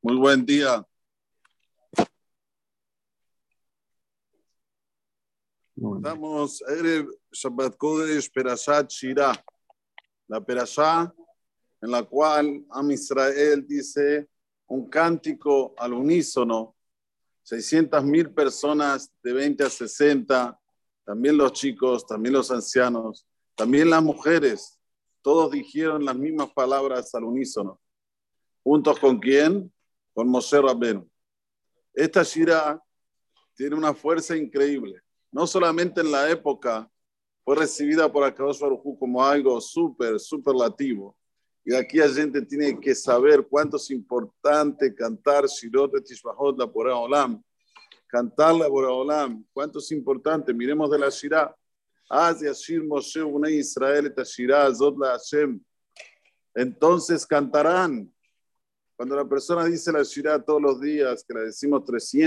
Muy buen día. Estamos Erev Shabbat Kodesh Perashat Shirah, la Perashá en la cual Am Israel dice un cántico al unísono, 600,000 personas de 20 a 60, también los chicos, también los ancianos, también las mujeres, todos dijeron las mismas palabras al unísono. ¿Juntos con quién? Con Moshe Rabbeinu. Esta Shirah tiene una fuerza increíble. No solamente en la época fue recibida por Akadosh Baruj Hu como algo superlativo. Y aquí la gente tiene que saber cuánto es importante cantar Shirot de Tishbahot la Borei Olam. Cantar la Borei Olam. Cuánto es importante. Miremos de la Shirah. Az yashir Moshe Unei Israel et Shirah Zot la Hashem. Entonces cantarán. Cuando la persona dice la Shirah todos los días, que la decimos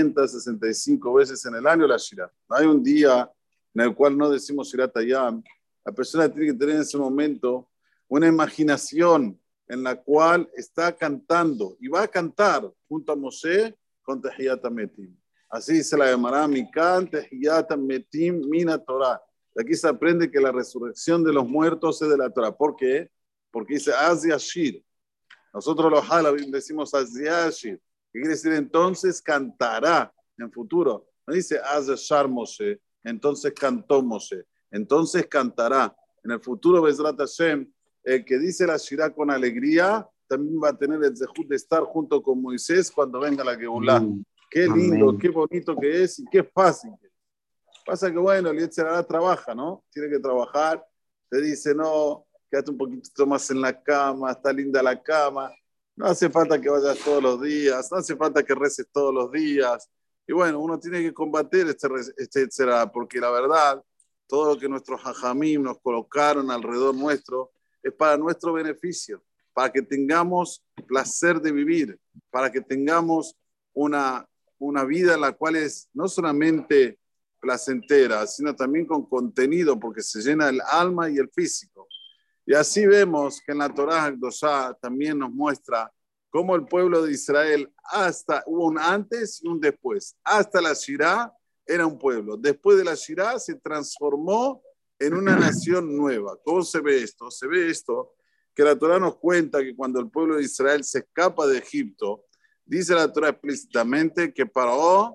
365 veces en el año, la Shirah. No hay un día en el cual no decimos Shirah Tayam. La persona tiene que tener en ese momento una imaginación en la cual está cantando y va a cantar junto a Moshe con Tehiyat HaMetim. Así se la llamará Mikan Tehiyat HaMetim Mina Torah. De aquí se aprende que la resurrección de los muertos es de la Torah. ¿Por qué? Porque dice Az Yashir. Nosotros los halabim decimos Az-Yashir, que quiere decir entonces cantará en futuro. No dice Az-Yashar Moshe, entonces cantó Moshe, entonces cantará. En el futuro, Bezrat Hashem, el que dice la Shirah con alegría, también va a tener el zehut de estar junto con Moisés cuando venga la Geulá. Qué lindo, Amén. qué bonito que es y qué fácil. Pasa que bueno, el Yetzer Hara trabaja, ¿no? Tiene que trabajar, te dice no, quédate un poquito más en la cama, está linda la cama, no hace falta que vayas todos los días, no hace falta que reces todos los días. Y bueno, uno tiene que combatir este etcétera, porque la verdad, todo lo que nuestros hajamim nos colocaron alrededor nuestro es para nuestro beneficio, para que tengamos placer de vivir, para que tengamos una vida en la cual es no solamente placentera, sino también con contenido, porque se llena el alma y el físico. Y así vemos que en la Torá Hakdoshá también nos muestra cómo el pueblo de Israel hubo un antes y un después. Hasta la Shirá era un pueblo. Después de la Shirá se transformó en una nación nueva. ¿Cómo se ve esto? Se ve esto, que la Torá nos cuenta que cuando el pueblo de Israel se escapa de Egipto, dice la Torá explícitamente que Paró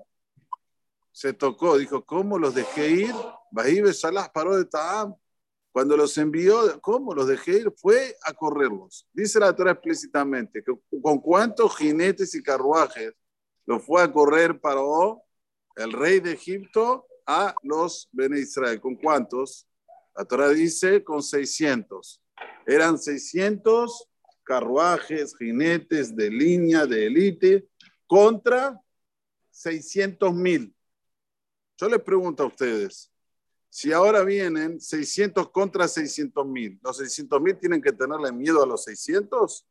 se tocó, dijo, ¿cómo los dejé ir? Bahí Salah paró de Ta'am. Cuando los envió, ¿cómo los dejé ir? Fue a correrlos. Dice la Torá explícitamente que con cuántos jinetes y carruajes los fue a correr Paró, el rey de Egipto, a los Bene Israel. ¿Con cuántos? La Torá dice con 600. Eran 600 carruajes, jinetes de línea, de élite, contra 600,000. Yo les pregunto a ustedes, si ahora vienen 600 contra 600,000, ¿los 600,000 tienen que tenerle miedo a los 600?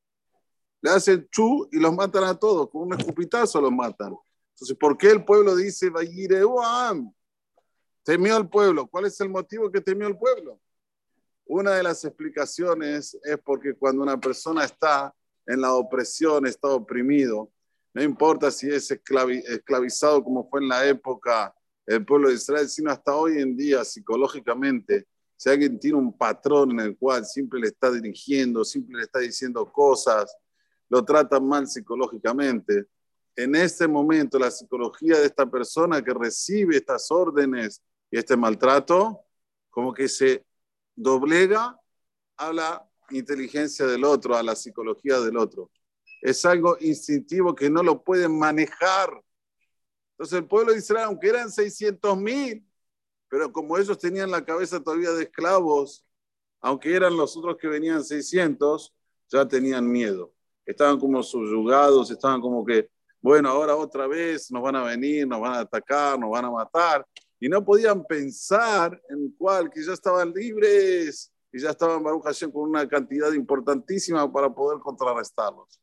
Le hacen chu y los matan a todos, con un escupitazo los matan. Entonces, ¿por qué el pueblo dice, Vayireuam? Temió al pueblo. ¿Cuál es el motivo que temió el pueblo? Una de las explicaciones es porque cuando una persona está en la opresión, está oprimido, no importa si es esclavizado como fue en la época el pueblo de Israel, sino hasta hoy en día psicológicamente, si alguien tiene un patrón en el cual siempre le está dirigiendo, siempre le está diciendo cosas, lo tratan mal psicológicamente. En este momento, la psicología de esta persona que recibe estas órdenes y este maltrato, como que se doblega a la inteligencia del otro, a la psicología del otro. Es algo instintivo que no lo pueden manejar. Entonces el pueblo de Israel, aunque eran 600,000, pero como ellos tenían la cabeza todavía de esclavos, aunque eran los otros que venían 600, ya tenían miedo. Estaban como subyugados, estaban como que, bueno, ahora otra vez nos van a venir, nos van a atacar, nos van a matar. Y no podían pensar en cuál, que ya estaban libres y ya estaban Baruch Hashem con una cantidad importantísima para poder contrarrestarlos.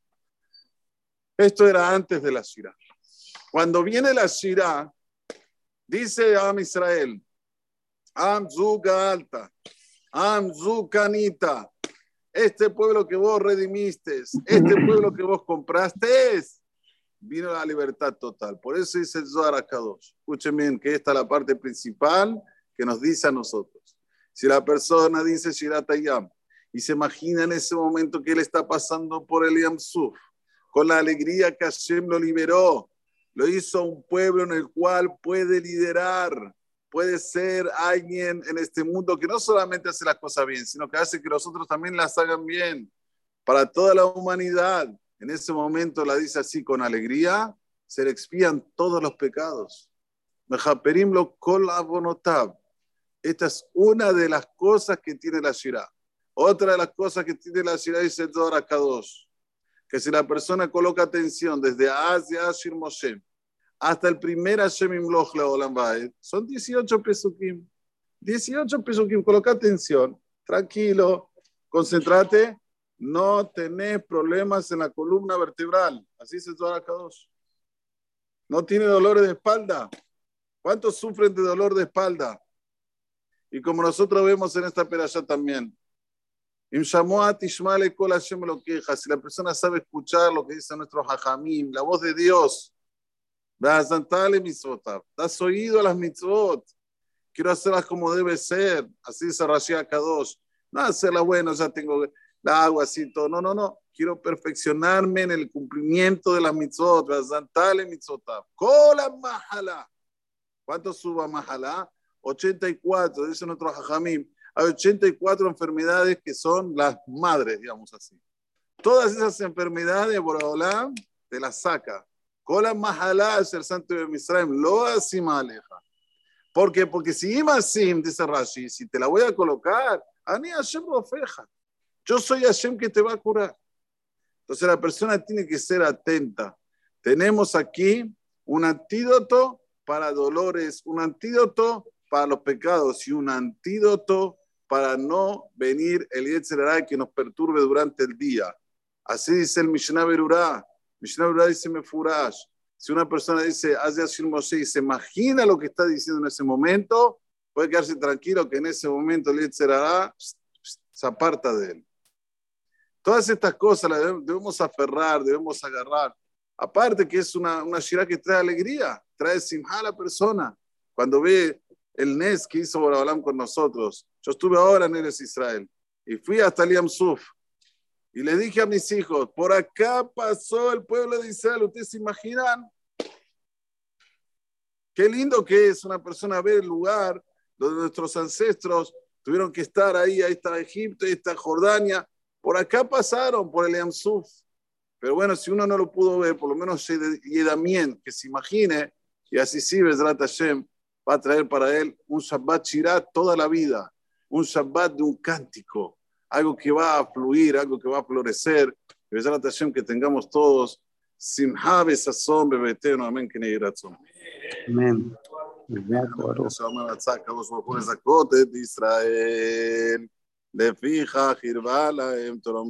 Esto era antes de la Shirah. Cuando viene la Shirah, dice Am Israel, Am Zuga Alta, Am Zucanita, este pueblo que vos redimiste, este pueblo que vos compraste, vino la libertad total. Por eso dice el Zohar HaKadosh. Escuchen bien que esta es la parte principal que nos dice a nosotros. Si la persona dice Shirat Hayam y se imagina en ese momento que él está pasando por el Yam Suf, con la alegría que Hashem lo liberó, lo hizo un pueblo en el cual puede liderar, puede ser alguien en este mundo que no solamente hace las cosas bien, sino que hace que los otros también las hagan bien para toda la humanidad. En ese momento la dice así con alegría, se le expían todos los pecados. Mejaperim lo kol avonotav. Esta es una de las cosas que tiene la Shirah. Otra de las cosas que tiene la Shirah dice el Zohar HaKadosh, que si la persona coloca atención desde Asia Ashir Moshe hasta el primer Hashem Imloch Leolam Vaed, son 18 pesukim. 18 pesukim, coloca atención, tranquilo, concéntrate, no tenés problemas en la columna vertebral. Así se Zohar HaKadosh. No tiene dolores de espalda. ¿Cuántos sufren de dolor de espalda? Y como nosotros vemos en esta perashá también, si la persona sabe escuchar lo que dice nuestro hajamim, la voz de Dios, das oído a las mitzvot, quiero hacerlas como debe ser, así dice Rashi HaKadosh, no hacerlas bueno, ya tengo la agua así todo, no, quiero perfeccionarme en el cumplimiento de las mitzvot, ¿cuánto suba mahalá? 84, dice nuestro hajamim. Hay 84 enfermedades que son las madres, digamos así. Todas esas enfermedades, Boraholam te las saca. Kola mahalá es el santo de Misraim, lo asim aleja. ¿Por qué? Porque si imasim, dice Rashi, si te la voy a colocar, ani Hashem rofeja. Yo soy Hashem que te va a curar. Entonces la persona tiene que ser atenta. Tenemos aquí un antídoto para dolores, un antídoto para los pecados y un antídoto para no venir el Yetzer Hara que nos perturbe durante el día. Así dice el Mishnah Berurah. Mishnah Berurah dice Mefurash. Si una persona dice Hazia Shir Moshe y se imagina lo que está diciendo en ese momento, puede quedarse tranquilo que en ese momento el Yetzer Hara se aparta de él. Todas estas cosas las debemos aferrar, debemos agarrar. Aparte que es una shirá que trae alegría, trae simha a la persona. Cuando ve el Nes que hizo Boraholam con nosotros. Yo estuve ahora en Eretz Israel y fui hasta el Yam Suf y le dije a mis hijos, por acá pasó el pueblo de Israel. ¿Ustedes se imaginan? Qué lindo que es una persona ver el lugar donde nuestros ancestros tuvieron que estar ahí está Egipto, ahí está Jordania. Por acá pasaron, por el Yam Suf. Pero bueno, si uno no lo pudo ver, por lo menos Yedamien, que se imagine, y así sí, Bezrat Hashem, va a traer para él un Shabbat Shirá toda la vida, un Shabbat de un cántico, algo que va a fluir, algo que va a florecer. Bezrat Hashem, que tengamos todos Simha Besazón Bebeteno, amén, que negratzón. Amén. Israel, le fija, Jirvala,